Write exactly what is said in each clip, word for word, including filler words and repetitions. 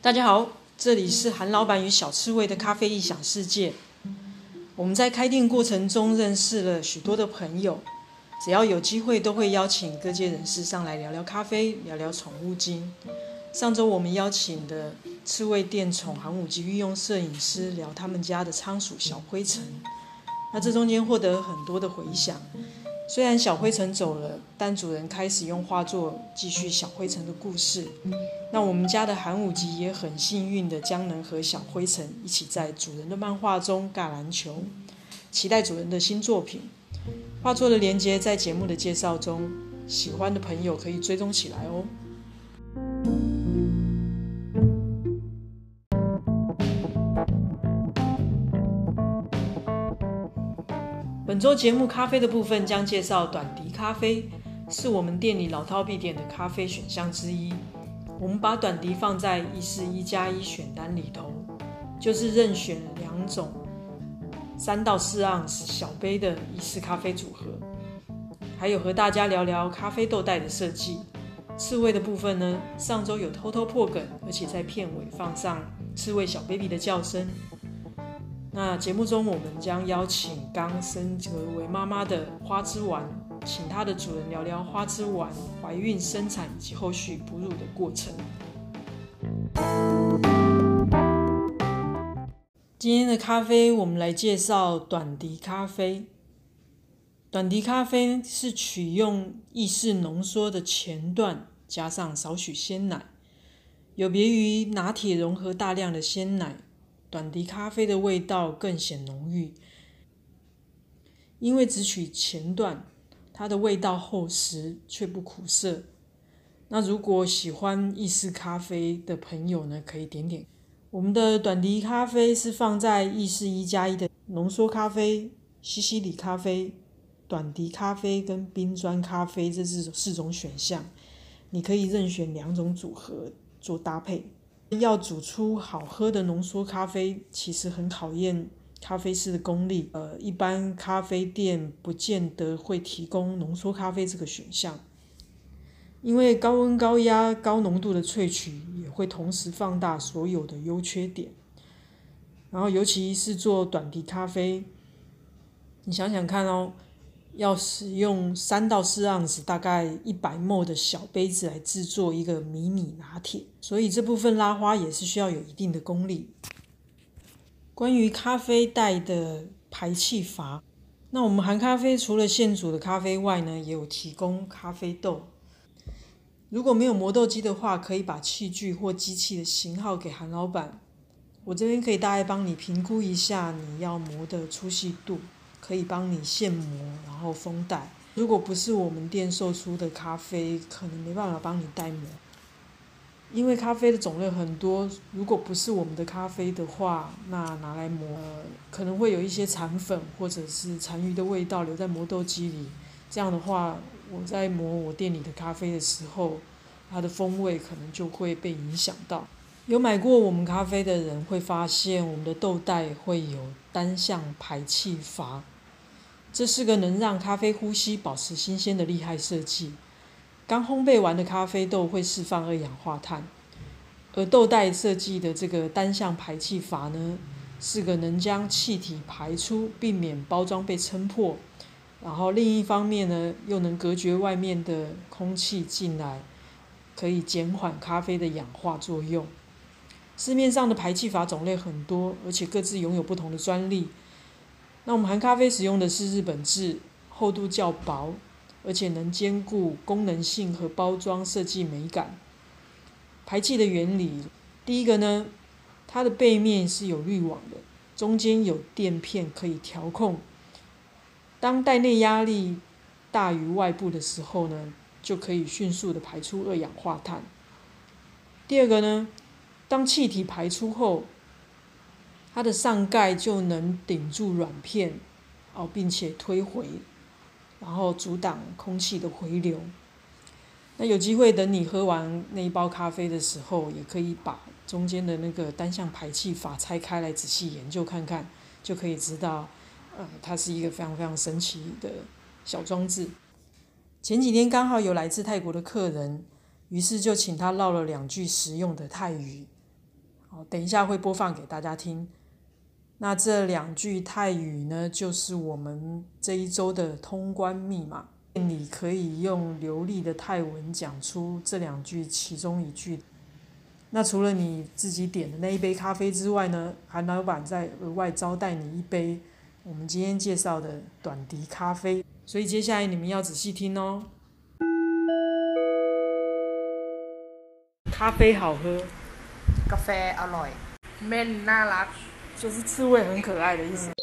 大家好，这里是韩老板与小刺猬的咖啡异想世界。我们在开店过程中认识了许多的朋友，只要有机会都会邀请各界人士上来聊聊咖啡，聊聊宠物经。上周我们邀请的刺猬店宠航母级御用摄影师聊他们家的仓鼠小灰尘，那这中间获得很多的回响。虽然小灰尘走了，但主人开始用画作继续小灰尘的故事。那我们家的寒武吉也很幸运的将能和小灰尘一起在主人的漫画中尬篮球，期待主人的新作品。画作的连结在节目的介绍中，喜欢的朋友可以追踪起来哦。本周节目咖啡的部分将介绍短笛咖啡，是我们店里老饕必点的咖啡选项之一。我们把短笛放在一四一加一选单里头，就是任选两种三到四盎司小杯的意式咖啡组合，还有和大家聊聊咖啡豆袋的设计。刺猬的部分呢，上周有偷偷破梗，而且在片尾放上刺猬小 baby 的叫声。那节目中我们将邀请刚升格为妈妈的花枝丸，请她的主人聊聊花枝丸怀孕、生产以及后续哺乳的过程。今天的咖啡我们来介绍短笛咖啡。短笛咖啡是取用意式浓缩的前段，加上少许鲜奶，有别于拿铁融合大量的鲜奶，短笛咖啡的味道更显浓郁。因为只取前段，它的味道厚实却不苦涩。那如果喜欢意式咖啡的朋友呢，可以点点。我们的短笛咖啡是放在意式一加一的浓缩咖啡、西西里咖啡、短笛咖啡跟冰砖咖啡这四种选项，你可以任选两种组合做搭配。要煮出好喝的浓缩咖啡，其实很考验咖啡师的功力。呃，一般咖啡店不见得会提供浓缩咖啡这个选项，因为高温高压高浓度的萃取也会同时放大所有的优缺点。然后尤其是做短笛咖啡，你想想看哦，要使用三到四盎司，大概一百 ml 的小杯子来制作一个迷你拿铁，所以这部分拉花也是需要有一定的功力。关于咖啡袋的排气阀，那我们含咖啡除了现煮的咖啡外呢，也有提供咖啡豆。如果没有磨豆机的话，可以把器具或机器的型号给韩老板，我这边可以大概帮你评估一下你要磨的粗细度，可以帮你现磨然后封袋。如果不是我们店售出的咖啡，可能没办法帮你代磨，因为咖啡的种类很多，如果不是我们的咖啡的话，那拿来磨、呃、可能会有一些残粉或者是残余的味道留在磨豆机里。这样的话，我在磨我店里的咖啡的时候，它的风味可能就会被影响到。有买过我们咖啡的人会发现，我们的豆袋会有单向排气阀，这是个能让咖啡呼吸保持新鲜的厉害设计。刚烘焙完的咖啡豆会释放二氧化碳，而豆袋设计的这个单向排气阀呢，是个能将气体排出，避免包装被撑破，然后另一方面呢，又能隔绝外面的空气进来，可以减缓咖啡的氧化作用。市面上的排气阀种类很多，而且各自拥有不同的专利。那我们含咖啡使用的是日本制，厚度较薄，而且能兼顾功能性和包装设计美感。排气的原理，第一个呢，它的背面是有滤网的，中间有垫片可以调控。当袋内压力大于外部的时候呢，就可以迅速的排出二氧化碳。第二个呢，当气体排出后，它的上盖就能顶住软片，哦，并且推回，然后阻挡空气的回流。那有机会等你喝完那一包咖啡的时候，也可以把中间的那个单向排气阀拆开来仔细研究看看，就可以知道，呃，它是一个非常非常神奇的小装置。前几天刚好有来自泰国的客人，于是就请他唠了两句实用的泰语。 好，等一下会播放给大家听。那这两句泰语呢，就是我们这一周的通关密码。你可以用流利的泰文讲出这两句其中一句。那除了你自己点的那一杯咖啡之外呢，韩老板再额外招待你一杯我们今天介绍的短笛咖啡。所以接下来你们要仔细听哦。咖啡好喝， กาแฟอร่อยเม่นน่ารัก就是刺猬很可爱的意思。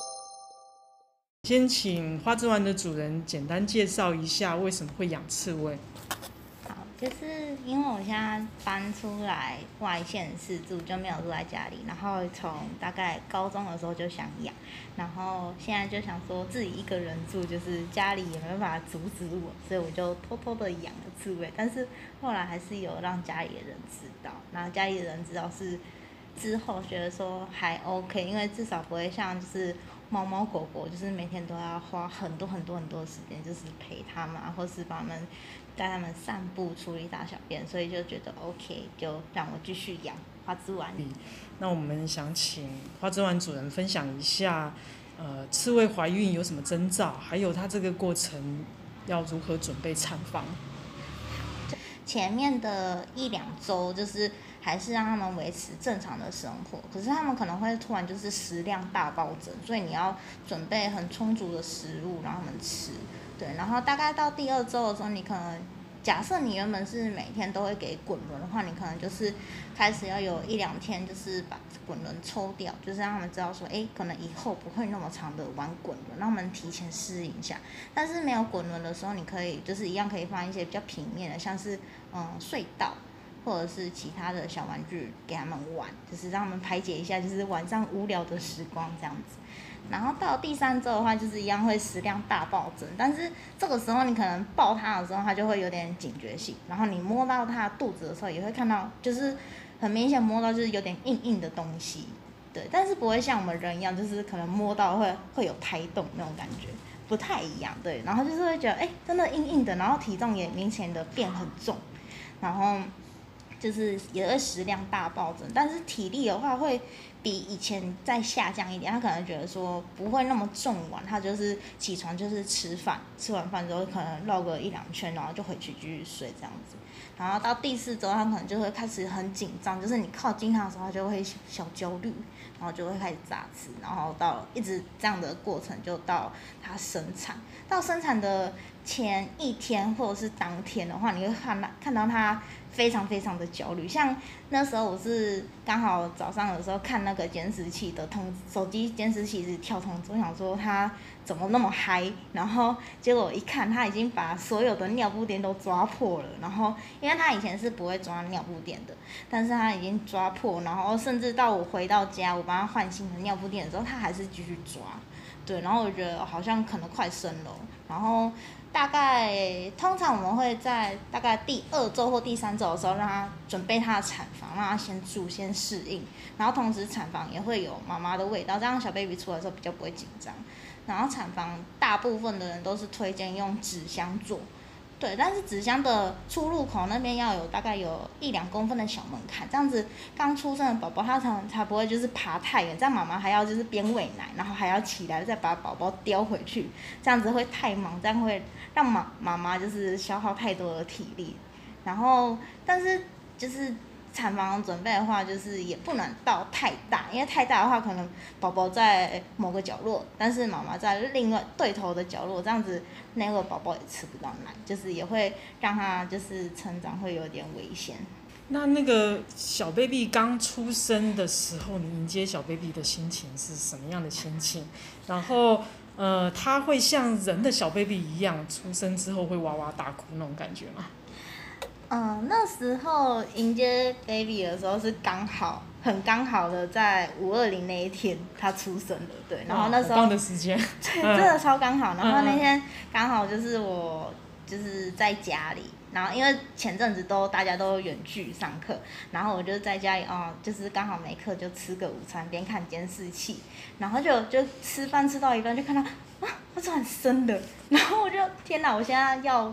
先请花枝丸的主人简单介绍一下为什么会养刺猬。 好，就是因为我现在搬出来外县市住，就没有住在家里，然后从大概高中的时候就想养，然后现在就想说自己一个人住，就是家里也没办法阻止我，所以我就偷偷的养了刺猬。但是后来还是有让家里的人知道，然后家里的人知道是之后觉得说还 OK， 因为至少不会像就是猫猫狗狗，就是每天都要花很多很多很多时间，就是陪它们啊，或是帮它们带它们散步、处理大小便，所以就觉得 OK， 就让我继续养花枝丸。 那我们想请花枝丸主人分享一下，呃，刺猬怀孕有什么征兆，还有它这个过程要如何准备产房。 前面的一两周就是还是让他们维持正常的生活，可是他们可能会突然就是食量大暴增，所以你要准备很充足的食物让他们吃。对，然后大概到第二周的时候，你可能假设你原本是每天都会给滚轮的话，你可能就是开始要有一两天就是把滚轮抽掉，就是让他们知道说，哎，可能以后不会那么长的玩滚轮，让他们提前适应一下。但是没有滚轮的时候，你可以就是一样可以放一些比较平面的，像是嗯隧道或者是其他的小玩具给他们玩，就是让他们排解一下就是晚上无聊的时光这样子。然后到第三周的话，就是一样会食量大暴增，但是这个时候你可能抱它的时候，它就会有点警觉性，然后你摸到它肚子的时候，也会看到就是很明显摸到就是有点硬硬的东西，对，但是不会像我们人一样，就是可能摸到会会有胎动那种感觉，不太一样，对，然后就是会觉得哎，真的硬硬的，然后体重也明显的变很重，然后就是也会食量大暴增，但是体力的话会比以前再下降一点。他可能觉得说不会那么重玩，他就是起床就是吃饭，吃完饭之后可能绕个一两圈，然后就回去继续睡这样子。然后到第四周，他可能就会开始很紧张，就是你靠近他的时候，他就会小焦虑，然后就会开始炸吃，然后到一直这样的过程，就到他生产。到生产的前一天或者是当天的话，你会看到看到他非常非常的焦虑。像那时候我是刚好早上的时候看那个监视器的通手机监视器一直跳通知，我想说他怎么那么嗨，然后结果一看他已经把所有的尿布垫都抓破了，然后因为他以前是不会抓尿布垫的，但是他已经抓破，然后甚至到我回到家我帮他换新的尿布垫的时候，他还是继续抓，对，然后我觉得好像可能快生了，然后大概通常我们会在大概第二周或第三周的时候，让他准备他的产房，让他先住先适应，然后同时产房也会有妈妈的味道，这样小 baby 出来的时候比较不会紧张。然后产房大部分的人都是推荐用纸箱做，对，但是纸箱的出入口那边要有大概有一两公分的小门槛，这样子刚出生的宝宝他才才不会就是爬太远，这样妈妈还要就是边喂奶，然后还要起来再把宝宝叼回去，这样子会太忙，这样会让妈妈妈就是消耗太多的体力。然后但是就是产房准备的话，就是也不能到太大，因为太大的话，可能宝宝在某个角落，但是妈妈在另外对头的角落，这样子那个宝宝也吃不到奶，就是也会让他就是成长会有点危险。 那那个小 baby 刚出生的时候，你迎接小 baby 的心情是什么样的心情？然后呃，他会像人的小 baby 一样，出生之后会哇哇大哭那种感觉吗？ 嗯，那时候迎接 baby 的时候是刚好很刚好的在五二零那一天他出生了，对，然后那时候好棒的时间， 对，真的超刚好。然后那天刚好就是我就是在家里，然后因为前阵子都大家都远距上课，然后我就在家里哦，就是刚好没课就吃个午餐，边看监视器，然后就就吃饭吃到一半就看到啊，我突然生了，然后我就天哪，我现在要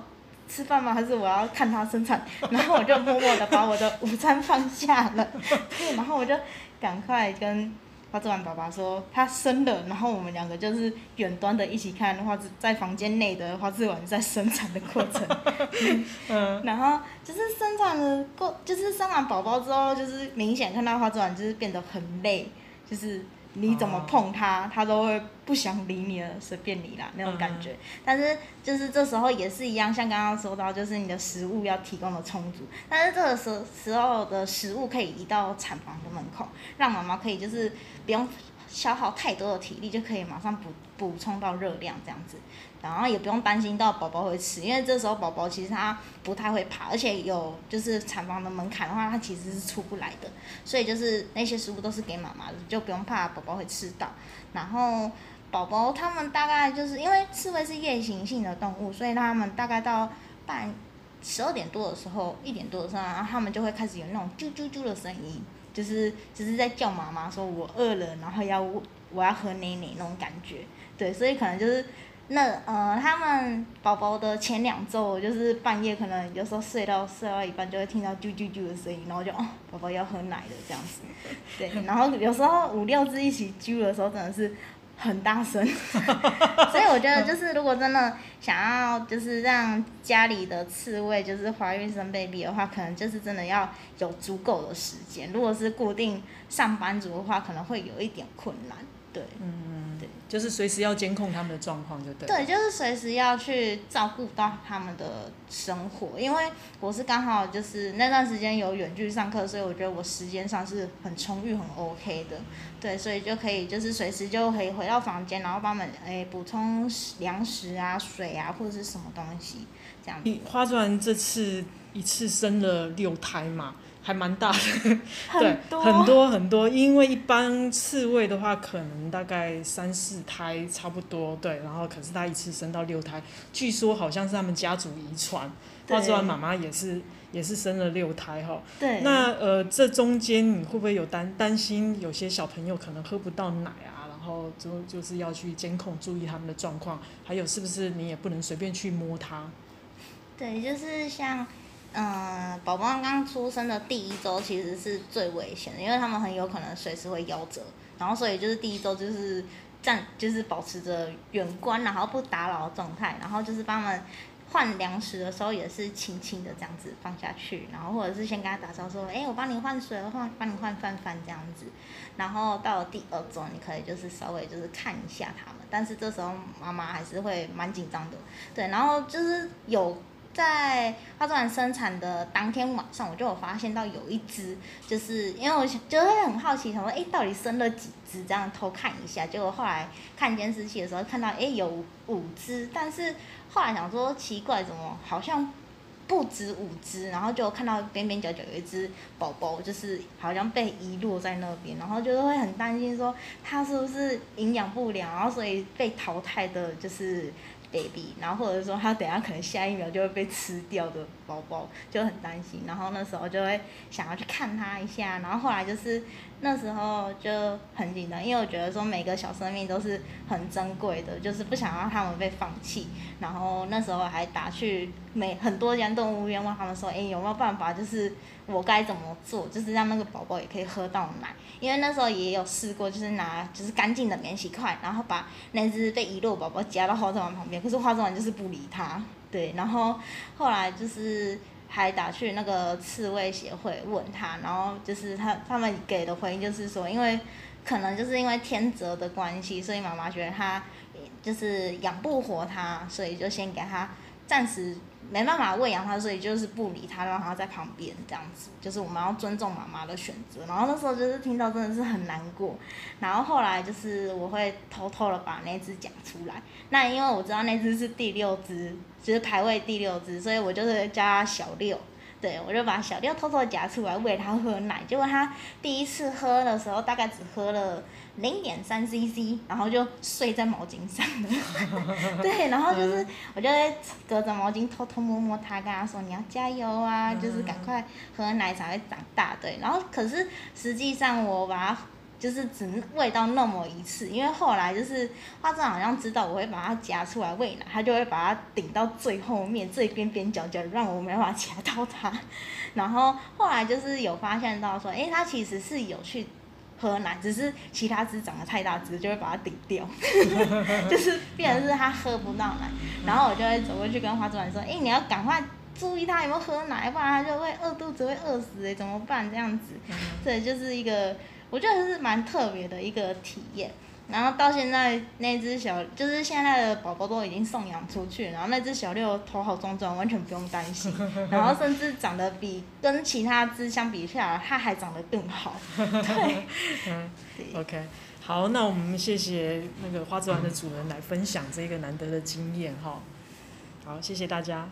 吃饭吗？还是我要看他生产？然后我就默默的把我的午餐放下了，对，然后我就赶快跟花枝丸爸爸说他生了，然后我们两个就是远端的一起看花枝在房间内的花枝丸在生产的过程，嗯，然后就是生产的过，就是生完宝宝之后，就是明显看到花枝丸就是变得很累，就是你怎么碰它，它都会不想理你了，随便你啦那种感觉。嗯、但是就是这时候也是一样，像刚刚说到，就是你的食物要提供的充足。但是这个时时候的食物可以移到产房的门口，让妈妈可以就是不用消耗太多的体力，就可以马上补补充到热量这样子。然后也不用担心到宝宝会吃，因为这时候宝宝其实他不太会爬，而且有就是产房的门槛的话，他其实是出不来的，所以就是那些食物都是给妈妈的，就不用怕宝宝会吃到。然后宝宝他们大概就是因为刺猬是夜行性的动物，所以他们大概到半十二点多的时候，一点多的时候，然后他们就会开始有那种啾啾啾的声音，就是就是在叫妈妈说我饿了，然后要我要喝奶奶那种感觉。对，所以可能就是。那呃，他们宝宝的前两周，就是半夜可能有时候睡到睡到一半，就会听到啾啾啾的声音，然后就哦，宝宝要喝奶了这样子。对，然后有时候五六只一起啾的时候，真的是很大声。所以我觉得，就是如果真的想要就是让家里的刺猬就是怀孕生 baby 的话，可能就是真的要有足够的时间。如果是固定上班族的话，可能会有一点困难。对， 嗯，对，就是随时要监控他们的状况，就对。 对，就是随时要去照顾到他们的生活，因为我是刚好就是那段时间有远距上课，所以我觉得我时间上是很充裕、很 OK 的。对，所以就可以就是随时就可以回到房间，然后帮他们诶补充粮食啊、水啊或者是什么东西这样子。 花枝丸这次一次生了六胎嘛。还蛮大的， 对， 很多很多，因为一般刺猬的话，可能大概三四胎差不多，对，然后可是他一次生到六胎，据说好像是他们家族遗传，花枝丸妈妈也是也是生了六胎哈。 对。 那呃，这中间你会不会有担担心有些小朋友可能喝不到奶啊？然后就就是要去监控注意他们的状况，还有是不是你也不能随便去摸它？ 对，就是像。嗯，宝宝刚出生的第一周其实是最危险的，因为他们很有可能随时会夭折，然后所以就是第一周就是站，就是保持着远观，然后不打扰的状态，然后就是帮他们换粮食的时候也是轻轻的这样子放下去，然后或者是先跟他打招呼说，哎，我帮你换水，换帮你换饭饭这样子，然后到了第二周你可以就是稍微就是看一下他们，但是这时候妈妈还是会蛮紧张的，对，然后就是有。在花枝丸生产的当天晚上，我就有发现到有一只，就是因为我就会很好奇，想说，哎，到底生了几只？这样偷看一下。结果后来看监视器的时候，看到，哎，有五只，但是后来想说，奇怪，怎么好像不止五只？然后就看到边边角角有一只宝宝，就是好像被遗落在那边，然后就会很担心说，它是不是营养不良，然后所以被淘汰的，就是。baby， 然后或者说他等一下可能下一秒就会被吃掉的宝宝，就很担心，然后那时候就会想要去看他一下，然后后来就是那时候就很紧张，因为我觉得说每个小生命都是很珍贵的，就是不想让他们被放弃，然后那时候还打去每很多间动物园问他们说，哎，有没有办法就是我该怎么做，就是让那个宝宝也可以喝到奶，因为那时候也有试过，就是拿就是干净的免洗筷，然后把那只被遗落宝宝夹到花枝丸旁边，可是花枝丸就是不理他，对，然后后来就是还打去那个刺猬协会问他，然后就是他他们给的回应就是说，因为可能就是因为天择的关系，所以妈妈觉得他就是养不活他，所以就先给他暂时。没办法喂养他，所以就是不理他，让他在旁边这样子，就是我们要尊重妈妈的选择。然后那时候就是听到真的是很难过，然后后来就是我会偷偷的把那只讲出来。那因为我知道那只是第六只，就是排位第六只，所以我就是叫他小六。对，我就把小六偷偷的夹出来喂他喝奶，结果他第一次喝的时候大概只喝了零点三 C C， 然后就睡在毛巾上了。对，然后就是我就会隔着毛巾偷偷摸摸他，跟他说你要加油啊，就是赶快喝奶才会长大。对，然后可是实际上我把他就是只喂到那么一次，因为后来就是花枝丸好像知道我会把它夹出来喂奶，他就会把它顶到最后面最边边角角，让我没办法夹到它。然后后来就是有发现到说，哎，它其实是有去喝奶，只是其他只长得太大只，就会把它顶掉，就是变成是它喝不到奶。然后我就会走过去跟花枝丸说，哎，你要赶快注意它有没有喝奶，不然它就会饿肚子，会饿死哎，怎么办？这样子，这就是一个我觉得是蛮特别的一个体验。然后到现在那只小，就是现在的宝宝都已经送养出去，然后那只小六头好壮壮，完全不用担心。然后甚至长得比跟其他只相比下来，它还长得更好。对， 嗯 ，OK， 好，那我们谢谢那个花枝丸的主人来分享这个难得的经验哈。好，谢谢大家。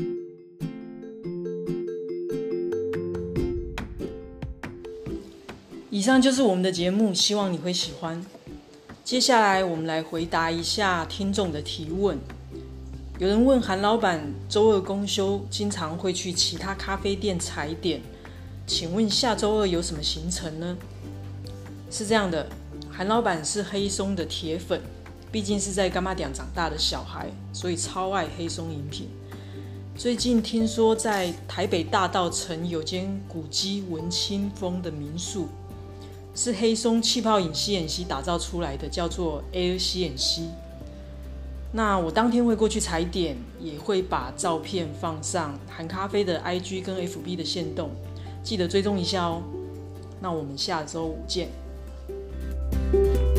以上就是我们的节目，希望你会喜欢。接下来我们来回答一下听众的提问。有人问韩老板，周二公休经常会去其他咖啡店踩点，请问下周二有什么行程呢？是这样的，韩老板是黑松的铁粉，毕竟是在柑仔店长大的小孩，所以超爱黑松饮品。最近听说在台北大稻埕有间古迹文青风的民宿，是黑松气泡饮 C N C 打造出来的，叫做 Air C N C。 那我当天会过去踩点，也会把照片放上韩咖啡的 I G 跟 F B 的限动，记得追踪一下哦。那我们下周五见。